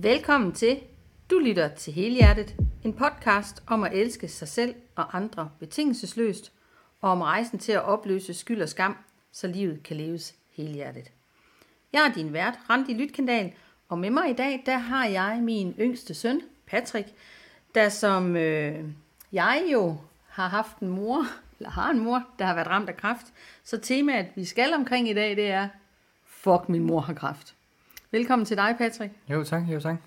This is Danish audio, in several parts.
Velkommen til. Du lytter til Helhjertet, en podcast om at elske sig selv og andre betingelsesløst, og om rejsen til at opløse skyld og skam, så livet kan leves helhjertet. Jeg er din vært, Randi Lytkendal, og med mig i dag, der har jeg min yngste søn, Patrick, der som jeg jo har haft en mor, der har været ramt af kræft. Så temaet, vi skal omkring i dag, det er, fuck, min mor har kræft. Velkommen til dig, Patrick. Jo tak.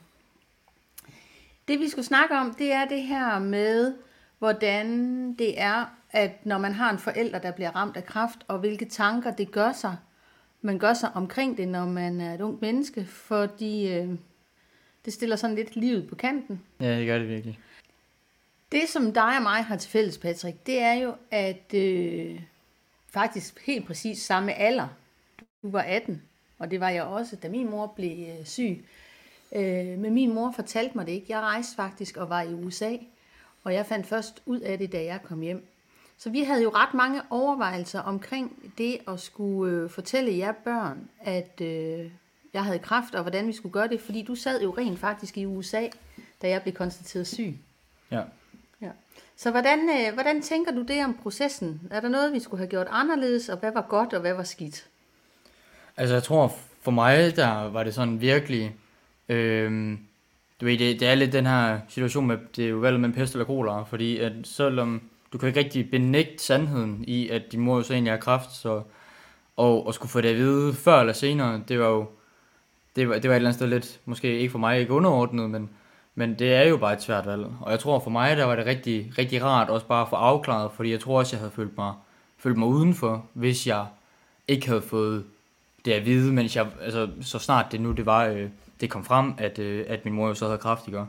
Det vi skulle snakke om, det er det her med, hvordan det er, at når man har en forælder, der bliver ramt af kræft, og hvilke tanker det gør sig, man gør sig omkring det, når man er et ungt menneske, fordi det stiller sådan lidt livet på kanten. Ja, det gør det virkelig. Det, som dig og mig har til fælles, Patrick, det er jo, at faktisk helt præcis samme alder, du var 18, og det var jeg også, da min mor blev syg. Men min mor fortalte mig det ikke. Jeg rejste faktisk og var i USA, og jeg fandt først ud af det, da jeg kom hjem. Så vi havde jo ret mange overvejelser omkring det at skulle fortælle jer børn, at jeg havde kræft, og hvordan vi skulle gøre det, fordi du sad jo rent faktisk i USA, da jeg blev konstateret syg. Ja. Så hvordan tænker du det om processen? Er der noget, vi skulle have gjort anderledes, og hvad var godt, og hvad var skidt? Altså jeg tror, for mig, der var det sådan virkelig, du ved, det er lidt den her situation med, det er jo valget mellem pest eller kolera, fordi at selvom du kan ikke rigtig benægte sandheden i, at din mor jo så egentlig har kræft, så, og skulle få det at vide før eller senere, det var et eller andet sted lidt, måske ikke for mig, ikke underordnet, men det er jo bare et svært valg. Og jeg tror for mig, der var det rigtig, rigtig rart også bare at få afklaret, fordi jeg tror også, jeg havde følt mig udenfor, hvis jeg ikke havde fået det at vide, mens jeg, altså så snart det kom frem, at min mor jo så havde kræft, ikke?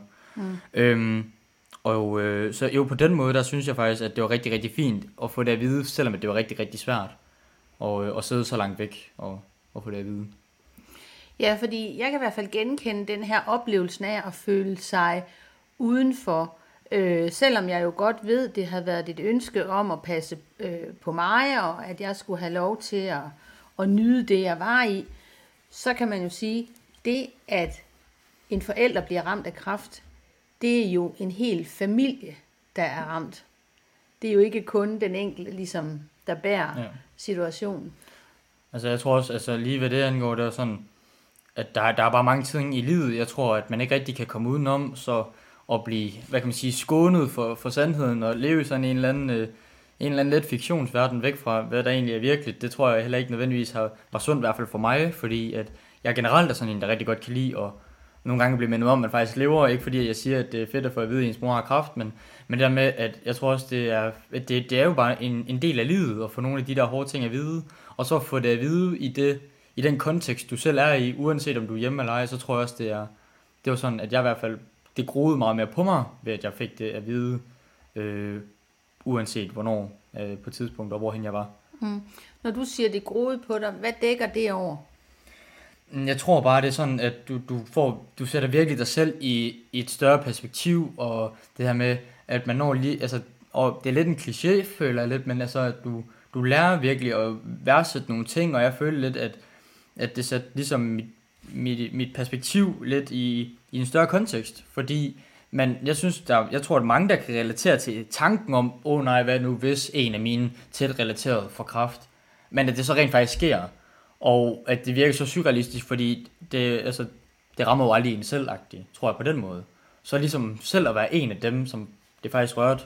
Så jo på den måde, der synes jeg faktisk, at det var rigtig, rigtig fint at få det at vide, selvom det var rigtig, rigtig svært at sidde så langt væk og få det at vide. Ja, fordi jeg kan i hvert fald genkende den her oplevelse af at føle sig udenfor, selvom jeg jo godt ved, det havde været et ønske om at passe på mig, og at jeg skulle have lov til at nyde det, jeg var i, så kan man jo sige, det at en forælder bliver ramt af kræft, det er jo en hel familie, der er ramt. Det er jo ikke kun den enkelte, ligesom, der bærer situationen. Altså jeg tror også, altså lige ved det angår, det er sådan, at der er bare mange ting i livet, jeg tror, at man ikke rigtig kan komme udenom, så at blive, hvad kan man sige, skånet for sandheden, og leve i sådan en eller anden let fiktionsverden væk fra, hvad der egentlig er virkeligt, det tror jeg heller ikke nødvendigvis var sundt, i hvert fald for mig, fordi at jeg generelt er sådan en, der rigtig godt kan lide, og nogle gange bliver mindet om, at man faktisk lever, ikke fordi jeg siger, at det er fedt at få at vide, at ens mor har kræft, men det der med, at jeg tror også, det er jo bare en del af livet, at få nogle af de der hårde ting at vide, og så få det at vide i den kontekst, du selv er i, uanset om du er hjemme eller ej, så tror jeg også, det var sådan, at jeg i hvert fald, det groede meget mere på mig, ved at jeg fik det at vide, uanset hvornår, på tidspunkt, og hvorhen jeg var. Når du siger, det groede på dig, hvad dækker det over? Jeg tror bare, det er sådan, at du sætter virkelig dig selv i et større perspektiv, og det her med, at man når lige, altså, og det er lidt en kliché, føler jeg lidt, men altså, at du lærer virkelig at værdsætte nogle ting, og jeg føler lidt, at det sætter ligesom mit perspektiv lidt i en større kontekst, fordi jeg tror, at mange, der kan relatere til tanken om, nej, hvad nu hvis en af mine tæt relaterede får kræft, men at det så rent faktisk sker, og at det virker så surrealistisk, fordi det rammer jo aldrig en selvagtigt, tror jeg på den måde. Så ligesom selv at være en af dem, som det faktisk rørte,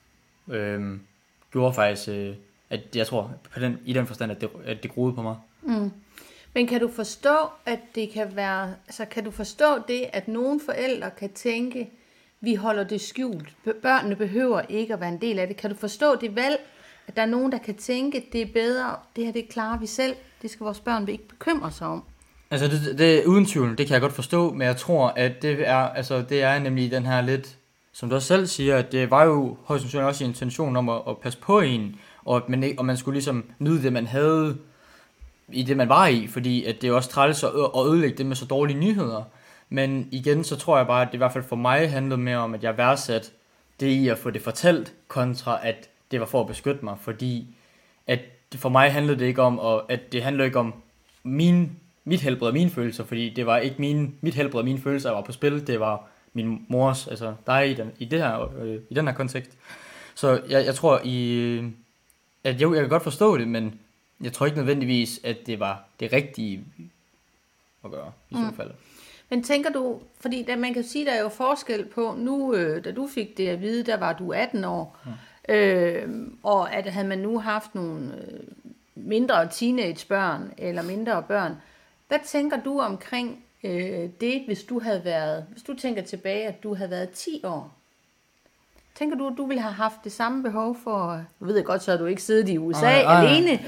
gjorde faktisk, at jeg tror i den forstand, at det groede på mig. Men kan du forstå, at det kan være, altså kan du forstå det, at nogle forældre kan tænke, vi holder det skjult, børnene behøver ikke at være en del af det. Kan du forstå det valg, at der er nogen, der kan tænke, det er bedre, det her det klarer vi selv, det skal vores børn ikke bekymre sig om? Altså det uden tvivl, det kan jeg godt forstå, men jeg tror, at det er nemlig den her lidt, som du også selv siger, at det var jo højst sandsynligt også intention om at passe på en, og man skulle ligesom nyde det, man havde i det, man var i, fordi at det er også træls at ødelægge det med så dårlige nyheder. Men igen, så tror jeg bare, at det i hvert fald for mig handlede mere om, at jeg værdsatte det i at få det fortalt, kontra at det var for at beskytte mig, fordi at for mig handlede det ikke om, at det handlede ikke om min mit helbred og mine følelser, fordi det var ikke mit helbred og mine følelser, der var på spil, det var min mors, altså dig i den her kontekst. Så jeg tror, at jo, jeg kan godt forstå det, men jeg tror ikke nødvendigvis, at det var det rigtige at gøre i så fald. Men tænker du, fordi man kan sige, der er jo forskel på, nu da du fik det at vide, der var du 18 år, og at havde man nu haft nogle mindre teenagebørn eller mindre børn, hvad tænker du omkring det, hvis du tænker tilbage, at du havde været 10 år? Tænker du, at du ville have haft det samme behov for, nu ved jeg godt, så har du ikke siddet i USA alene,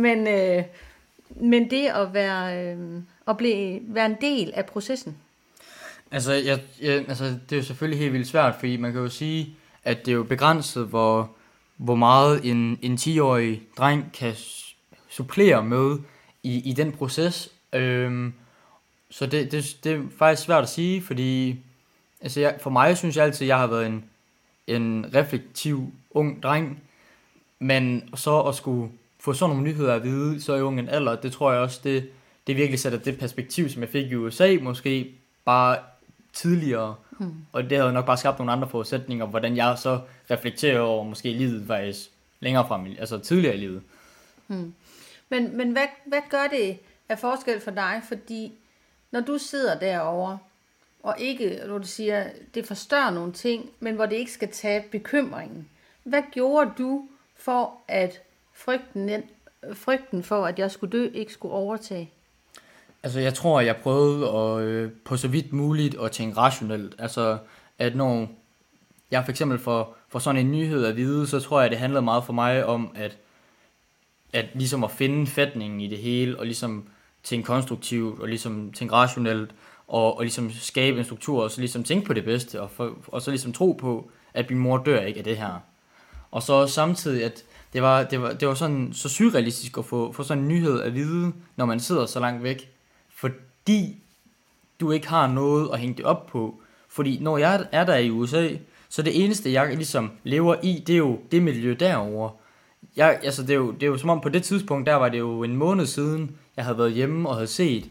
men det at være en del af processen? Altså, det er jo selvfølgelig helt vildt svært, fordi man kan jo sige, at det er jo begrænset, hvor meget en 10-årig dreng kan supplere med i den proces. Så det er faktisk svært at sige, fordi altså for mig synes jeg altid, at jeg har været en reflektiv ung dreng, men så at skulle få sådan nogle nyheder at vide så i ung en alder, det tror jeg også, det virkelig sætter det perspektiv, som jeg fik i USA, måske bare tidligere, og det havde nok bare skabt nogle andre forudsætninger, hvordan jeg så reflekterer over måske livet faktisk længere frem, altså tidligere i livet. Men hvad gør det af forskel for dig, fordi når du sidder derovre, og ikke, når du siger, det forstørrer nogle ting, men hvor det ikke skal tage bekymringen. Hvad gjorde du for, at frygten for, at jeg skulle dø, ikke skulle overtage? Altså, jeg tror, jeg prøvede at, på så vidt muligt at tænke rationelt. Altså, at når jeg for eksempel får sådan en nyhed at vide, så tror jeg, det handlede meget for mig om, at ligesom at finde fætningen i det hele, og ligesom tænke konstruktivt, og ligesom tænke rationelt, og ligesom skabe en struktur, og så ligesom tænke på det bedste, og så ligesom tro på, at min mor dør ikke af det her. Og så samtidig, at det var sådan så surrealistisk at få sådan en nyhed at vide, når man sidder så langt væk, fordi du ikke har noget at hænge det op på. Fordi når jeg er der i USA, så det eneste, jeg ligesom lever i, det er jo det miljø derovre. Det er jo som om på det tidspunkt, der var det jo en måned siden, jeg havde været hjemme og havde set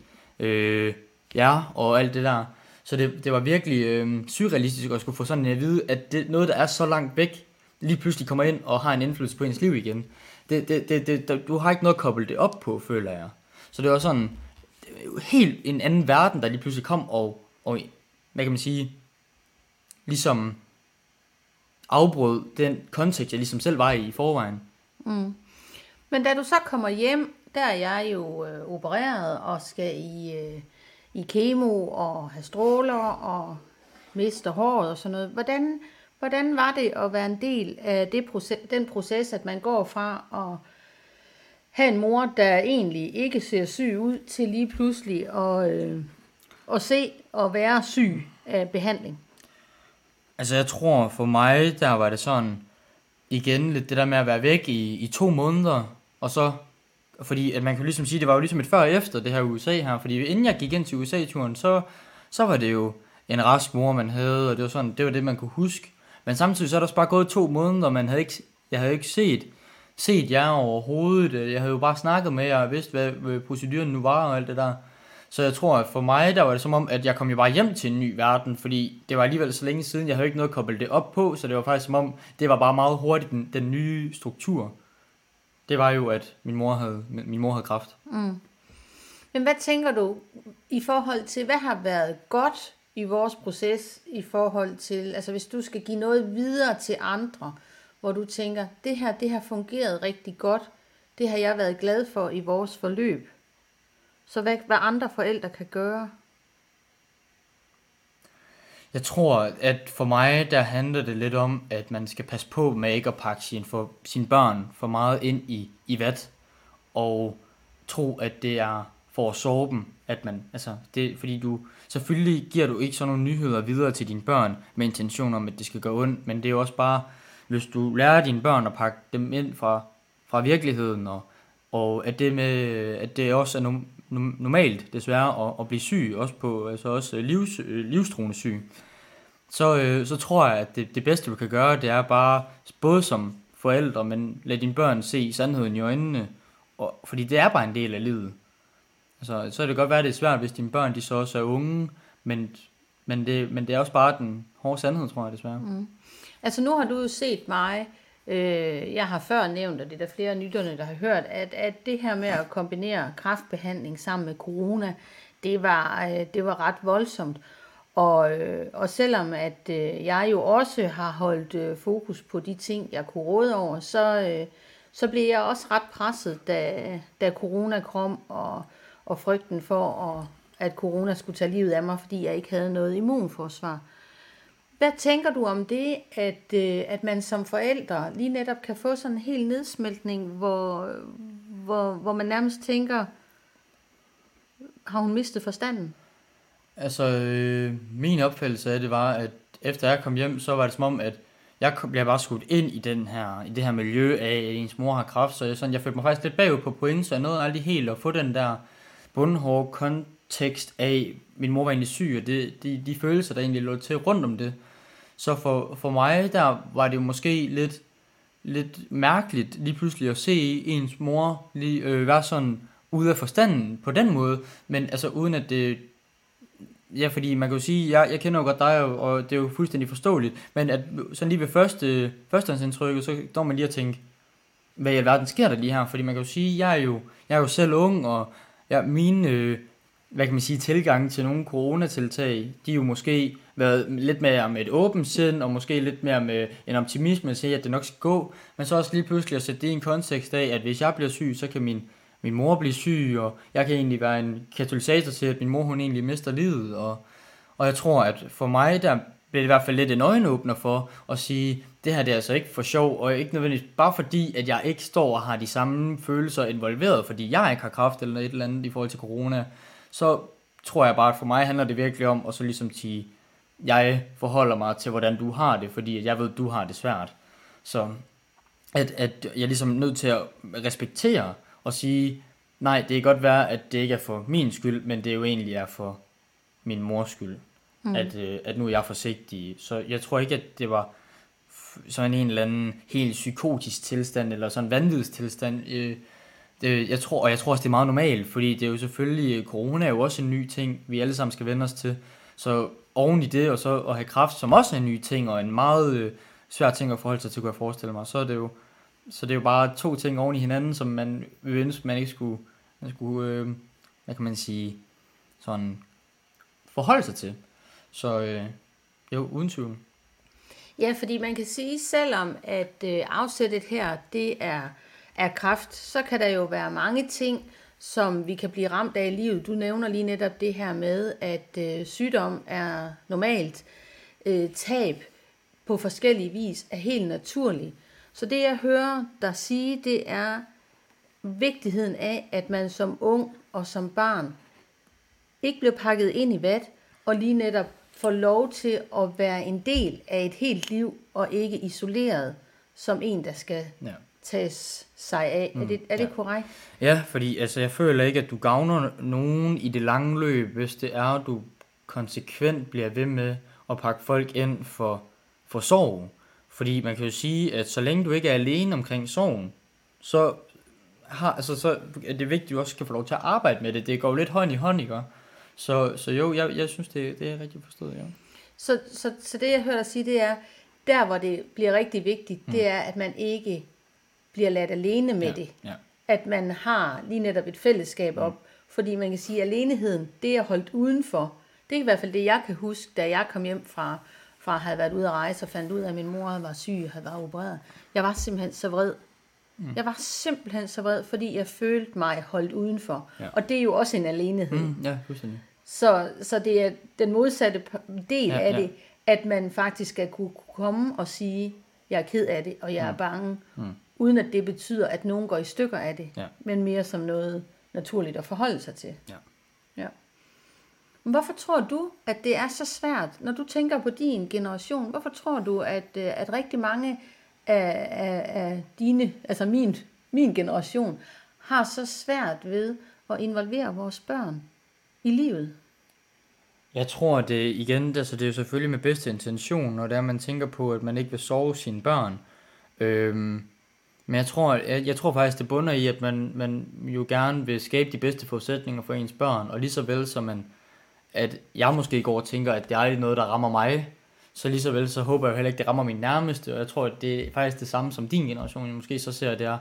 og alt det der. Så det var virkelig surrealistisk at skulle få sådan at vide, at det, noget, der er så langt væk, lige pludselig kommer ind og har en indflydelse på ens liv igen. Du har ikke noget at koble det op på, føler jeg. Så det var sådan helt en anden verden, der lige pludselig kom og hvad kan man sige, ligesom afbrød den kontekst, jeg ligesom selv var i forvejen. Men da du så kommer hjem, der er jeg jo opereret og skal i kemo og have stråler og miste håret og sådan noget. Hvordan var det at være en del af den proces, at man går fra at have en mor, der egentlig ikke ser syg ud, til lige pludselig at se og være syg af behandling? Altså jeg tror for mig, der var det sådan, igen lidt det der med at være væk i 2 måneder, og så, fordi at man kan ligesom sige, det var jo ligesom et før og efter det her USA her, fordi inden jeg gik ind til USA-turen, så var det jo en rask mor, man havde, og det var sådan, det var det, man kunne huske. Men samtidig så er der også bare gået 2 måneder, og jeg havde ikke set jer overhovedet. Jeg havde jo bare snakket med jer og vidst, hvad proceduren nu var og alt det der. Så jeg tror, at for mig, der var det som om, at jeg kom jo bare hjem til en ny verden, fordi det var alligevel så længe siden, jeg havde ikke noget at koble det op på, så det var faktisk som om, det var bare meget hurtigt den nye struktur. Det var jo, at min mor havde kræft. Men hvad tænker du i forhold til, hvad har været godt i vores proces i forhold til, altså hvis du skal give noget videre til andre, hvor du tænker, det har fungeret rigtig godt, det har jeg været glad for i vores forløb. Så hvad andre forældre kan gøre? Jeg tror, at for mig, der handler det lidt om, at man skal passe på med ikke at pakke sine børn for meget ind i vat, og tro, at det er for at sove dem, at man, altså, det, fordi selvfølgelig giver du ikke sådan nogle nyheder videre til dine børn, med intention om, at det skal gå ondt, men det er jo også bare, hvis du lærer dine børn at pakke dem ind fra virkeligheden, og at det også er normalt, desværre, at blive syg, også på, altså også livstruende syg, så tror jeg, at det bedste, du kan gøre, det er bare, både som forældre, men lad dine børn se sandheden i øjnene, fordi det er bare en del af livet. Altså, så kan det godt være, at det er svært, hvis dine børn de så også er unge, men det er også bare den hårde sandhed, tror jeg desværre. Altså nu har du jo set mig, jeg har før nævnt, og det er der flere af lytterne, der har hørt, at det her med at kombinere kræftbehandling sammen med corona, det var ret voldsomt. Og selvom at jeg jo også har holdt fokus på de ting, jeg kunne råde over, så blev jeg også ret presset, da corona kom, og frygten for, at corona skulle tage livet af mig, fordi jeg ikke havde noget immunforsvar. Hvad tænker du om det, at man som forældre lige netop kan få sådan en hel nedsmeltning, hvor man nærmest tænker, har hun mistet forstanden? Altså, min opfattelse af det var, at efter jeg kom hjem, så var det som om, at jeg blev bare skudt ind i det her miljø af, at ens mor har kræft, så jeg følte mig faktisk lidt bagud på point, så jeg nåede aldrig helt at få den der bundhårde kontekst af, min mor var egentlig syg, og de følelser, der egentlig lå til rundt om det. Så for mig, der var det jo måske lidt mærkeligt lige pludselig at se ens mor lige være sådan ude af forstanden på den måde, men altså uden at det... Ja, fordi man kan jo sige, jeg kender jo godt dig, og det er jo fuldstændig forståeligt, men at sådan lige ved førstehandsindtrykket, så står man lige og tænker, hvad i alverden sker der lige her? Fordi man kan jo sige, jeg er jo selv ung, og mine, hvad kan man sige, tilgang til nogle coronatiltag, de er jo måske været lidt mere med et åbent sind, og måske lidt mere med en optimisme at sige, at det nok skal gå, men så også lige pludselig at sætte det i en kontekst af, at hvis jeg bliver syg, så kan min mor bliver syg, og jeg kan egentlig være en katalysator til, at min mor hun egentlig mister livet, og jeg tror, at for mig, der bliver det i hvert fald lidt en øjenåbner for at sige, det her det er altså ikke for sjov, og ikke nødvendigvis bare fordi, at jeg ikke står og har de samme følelser involveret, fordi jeg ikke har kræft eller et eller andet i forhold til corona, så tror jeg bare, at for mig handler det virkelig om, at så ligesom sige, jeg forholder mig til, hvordan du har det, fordi jeg ved, at du har det svært. Så at jeg er ligesom nødt til at respektere og sige, nej, det kan godt være, at det ikke er for min skyld, men det jo egentlig er for min mors skyld, at nu er jeg forsigtig. Så jeg tror ikke, at det var sådan en eller anden helt psykotisk tilstand, eller sådan en vanvidstilstand. Jeg tror også, det er meget normalt, fordi det er jo selvfølgelig, corona er jo også en ny ting, vi alle sammen skal vende os til. Så oven i det, og så at have kræft, som også er en ny ting, og en meget svær ting at forholde sig til, kunne jeg forestille mig, så det er jo bare to ting oven i hinanden, som man vil ønske, man ikke skulle hvad kan man sige, sådan forholde sig til. Så jo, uden tvivl. Ja, fordi man kan sige, selvom at afsættet her, det er kræft, så kan der jo være mange ting, som vi kan blive ramt af i livet. Du nævner lige netop det her med, at sygdom er normalt. Tab på forskellige vis er helt naturligt. Så det jeg hører dig sige, det er vigtigheden af, at man som ung og som barn ikke bliver pakket ind i vat, og lige netop får lov til at være en del af et helt liv, og ikke isoleret som en, der skal tages sig af. Er det korrekt? Ja, fordi altså, jeg føler ikke, at du gavner nogen i det lange løb, hvis det er, at du konsekvent bliver ved med at pakke folk ind for sorg. Fordi man kan jo sige, at så længe du ikke er alene omkring sorgen, så er det vigtigt, at du også kan få lov til at arbejde med det. Det går jo lidt hånd i hånd, ikke? Så jo, jeg synes, det er rigtig forstået, ja. Så det, jeg hører dig sige, det er, der hvor det bliver rigtig vigtigt, det er, at man ikke bliver ladt alene med det. Ja. At man har lige netop et fællesskab op. Fordi man kan sige, at aleneheden, det er holdt udenfor. Det er i hvert fald det, jeg kan huske, da jeg kom hjem fra at have været ude at rejse og fandt ud af, at min mor var syg og havde været opereret. Jeg var simpelthen så vred. Jeg var simpelthen så vred, fordi jeg følte mig holdt udenfor. Ja. Og det er jo også en alenehed. Ja, fuldstændig. Så det er den modsatte del af det, at man faktisk skal kunne komme og sige, jeg er ked af det, og jeg er bange, uden at det betyder, at nogen går i stykker af det, men mere som noget naturligt at forholde sig til. Ja. Men hvorfor tror du, at det er så svært, når du tænker på din generation? Hvorfor tror du, at rigtig mange af dine, altså min generation, har så svært ved at involvere vores børn i livet? Jeg tror, det igen, altså det er jo selvfølgelig med bedste intention, og der man tænker på, at man ikke vil sove sine børn. Men jeg tror faktisk, det bunder i, at man jo gerne vil skabe de bedste forudsætninger for ens børn, og lige så vel som at jeg måske går og tænker, at det er aldrig noget, der rammer mig, så lige så vel, så håber jeg jo heller ikke, det rammer min nærmeste, og jeg tror, at det er faktisk det samme som din generation måske så ser, det er,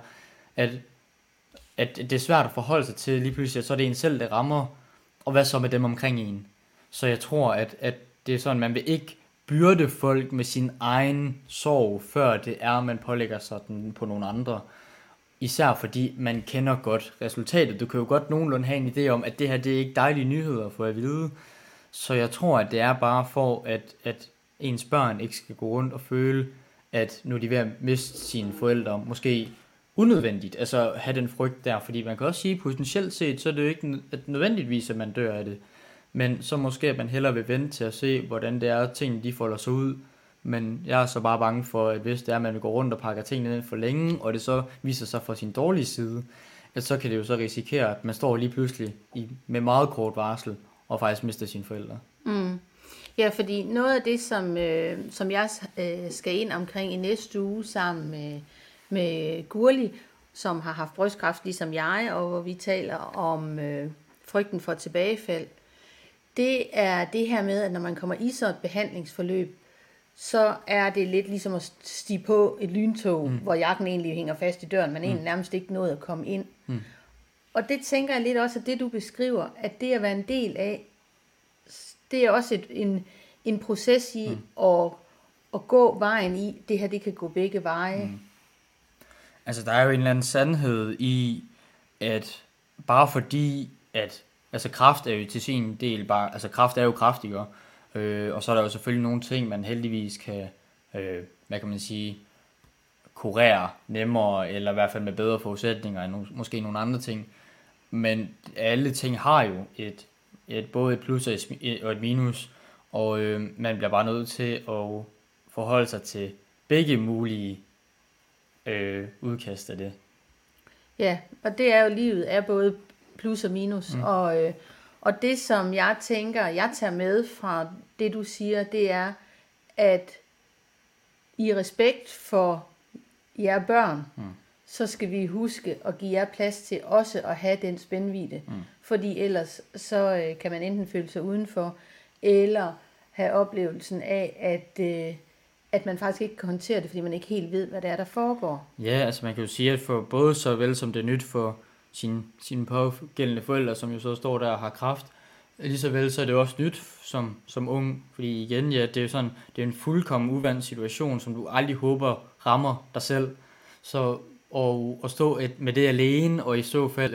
at det er svært at forholde sig til lige pludselig, at så er det en selv, det rammer, og hvad så med dem omkring en. Så jeg tror, at det er sådan, man vil ikke byrde folk med sin egen sorg, før det er, man pålægger sig den på nogle andre. Især fordi man kender godt resultatet. Du kan jo godt nogenlunde have en idé om, at det her, det er ikke dejlige nyheder for at vide. Så jeg tror, at det er bare for, at ens børn ikke skal gå rundt og føle, at nu er de ved at miste sine forældre, måske unødvendigt, altså have den frygt der, fordi man kan også sige, potentielt set, så er det jo ikke nødvendigvis, at man dør af det, men så måske, at man hellere vil vente til at se, hvordan det er, tingene de folder sig ud, men jeg er så bare bange for, at hvis det er, at man vil gå rundt og pakke tingene ind for længe, og det så viser sig fra sin dårlige side, at så kan det jo så risikere, at man står lige pludselig med meget kort varsel, og faktisk mister sine forældre. Mm. Ja, fordi noget af det, som jeg skal ind omkring i næste uge sammen med Gurli, som har haft brystkræft ligesom jeg, og hvor vi taler om frygten for tilbagefald, det er det her med, at når man kommer i så et behandlingsforløb, så er det lidt ligesom at stige på et lyntog, hvor jakken egentlig hænger fast i døren, men egentlig nærmest ikke nået at komme ind. Og det tænker jeg lidt også, at det du beskriver, at det at være en del af, det er også en proces i at gå vejen i, det her det kan gå begge veje. Altså der er jo en eller anden sandhed i, at bare fordi, at altså kræft er jo til sin del bare, altså kræft er jo kræft, ikke? Og så er der jo selvfølgelig nogle ting, man heldigvis kan, hvad kan man sige, kurere nemmere, eller i hvert fald med bedre forudsætninger end måske nogle andre ting. Men alle ting har jo både et plus og et minus, og man bliver bare nødt til at forholde sig til begge mulige udkast af det. Ja, og det er jo, livet er både plus og minus, og det som jeg tænker, jeg tager med fra det du siger, det er, at i respekt for jer børn, så skal vi huske at give jer plads til også at have den spændvidde, fordi ellers så kan man enten føle sig udenfor, eller have oplevelsen af, at man faktisk ikke kan håndtere det, fordi man ikke helt ved, hvad det er, der foregår. Ja, altså man kan jo sige, at for både så vel som det er nyt for sine pågældende forældre, som jo så står der og har kræft, lige så vel så er det også nyt som ung, fordi igen, ja, det er jo sådan, det er en fuldkommen uvandt situation, som du aldrig håber rammer dig selv. Så at stå med det alene, og i så fald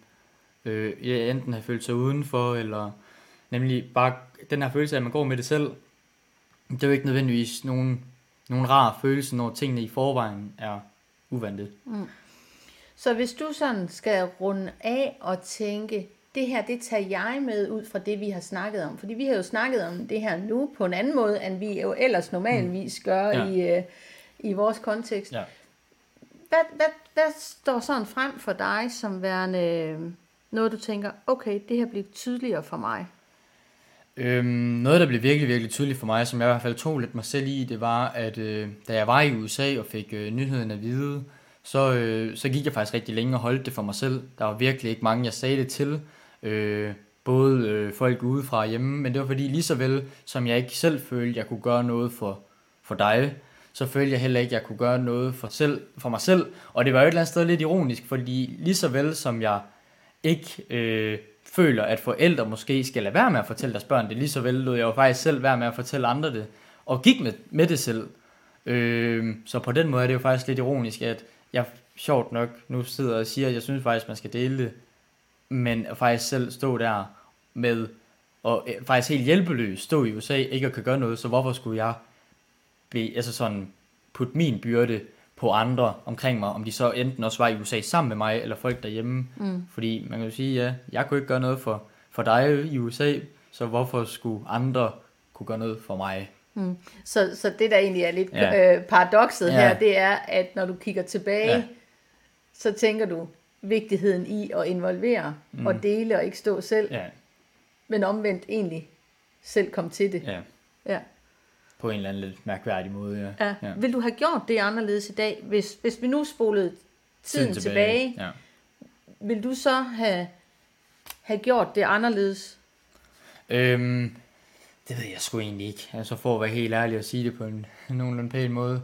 enten have følt sig udenfor, eller nemlig bare den her følelse af, at man går med det selv, det er jo ikke nødvendigvis nogen rar følelse, når tingene i forvejen er uvante. Så hvis du sådan skal runde af og tænke, det her, det tager jeg med ud fra det, vi har snakket om. Fordi vi har jo snakket om det her nu på en anden måde, end vi jo ellers normalvis gør i vores kontekst. Ja. Hvad står sådan frem for dig som værende noget, du tænker, okay, det her bliver tydeligere for mig? Noget, der blev virkelig, virkelig tydeligt for mig, som jeg i hvert fald tog lidt mig selv i, det var, at da jeg var i USA og fik nyheden at vide, så gik jeg faktisk rigtig længe og holdt det for mig selv. Der var virkelig ikke mange, jeg sagde det til. Både folk udefra og hjemme, men det var fordi lige så vel, som jeg ikke selv følte, jeg kunne gøre noget for dig, så følte jeg heller ikke, jeg kunne gøre noget for mig selv. Og det var jo et eller andet sted lidt ironisk, fordi lige så vel som jeg ikke føler, at forældre måske skal lade være med at fortælle deres børn det, lige så vel lod jeg jo faktisk selv være med at fortælle andre det, og gik med det selv. Så på den måde er det jo faktisk lidt ironisk, at jeg sjovt nok nu sidder og siger, at jeg synes faktisk, man skal dele det, men faktisk selv stå der med, og faktisk helt hjælpeløs stå i USA, ikke at kan gøre noget, så hvorfor skulle jeg putte min byrde på andre omkring mig, om de så enten også var i USA sammen med mig, eller folk derhjemme. Fordi man kan jo sige, ja, jeg kunne ikke gøre noget for dig i USA, så hvorfor skulle andre kunne gøre noget for mig? Så det der egentlig er lidt paradokset her, det er, at når du kigger tilbage, så tænker du vigtigheden i at involvere og dele og ikke stå selv, men omvendt egentlig selv komme til det. Ja. på en eller anden lidt mærkværdig måde. Ja. Ja. Vil du have gjort det anderledes i dag, hvis vi nu spolede tiden tilbage? Ja. Vil du så have gjort det anderledes? Det ved jeg sgu egentlig ikke. Altså for at være helt ærlig og sige det på en nogenlunde pæn måde.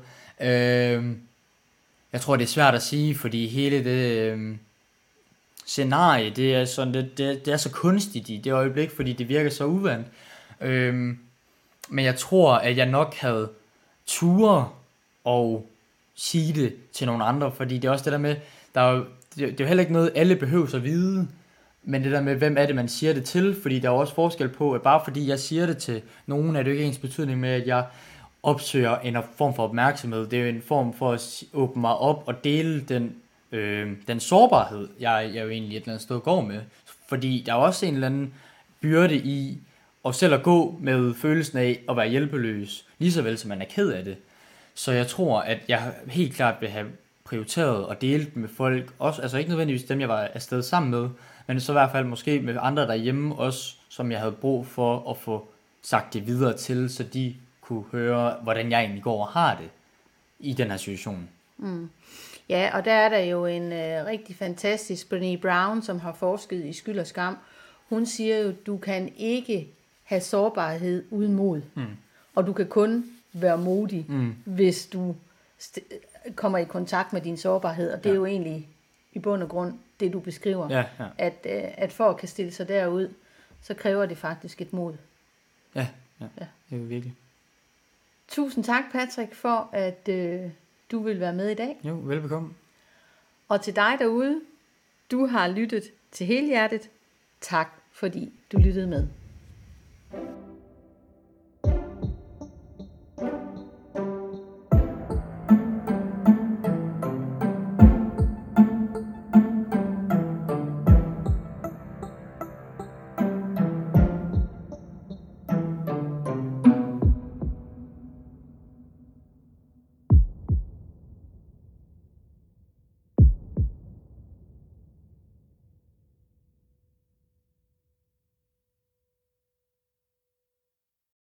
Jeg tror, det er svært at sige, fordi hele det scenarie, det er, sådan, det er så kunstigt i det øjeblik, fordi det virker så uvandt. Men jeg tror, at jeg nok havde ture og sige det til nogle andre, fordi det er også det der med, det er jo heller ikke noget, alle behøver at vide, men det der med, hvem er det, man siger det til, fordi der er også forskel på, at bare fordi jeg siger det til nogen, er det jo ikke ens betydning med, at jeg opsøger en form for opmærksomhed. Det er jo en form for at åbne mig op og dele den sårbarhed, jeg jo egentlig et eller andet sted går med. Fordi der er også en eller anden byrde i, og selv at gå med følelsen af at være hjælpeløs, lige så vel som man er ked af det. Så jeg tror, at jeg helt klart vil have prioriteret og delt med folk, også, altså ikke nødvendigvis dem, jeg var afsted sammen med, men så i hvert fald måske med andre derhjemme også, som jeg havde brug for at få sagt det videre til, så de kunne høre, hvordan jeg egentlig går og har det i den her situation. Ja, og der er der jo en rigtig fantastisk Brené Brown, som har forsket i skyld og skam. Hun siger jo, du kan ikke have sårbarhed uden mod. Og du kan kun være modig, hvis du kommer i kontakt med din sårbarhed. Og det er jo egentlig i bund og grund det, du beskriver. Ja. At for at kan stille sig derud, så kræver det faktisk et mod. Ja. Det er jo virkelig. Tusind tak, Patrick, for at du vil være med i dag. Jo, velbekomme. Og til dig derude, du har lyttet til Helhjertet. Tak fordi du lyttede med.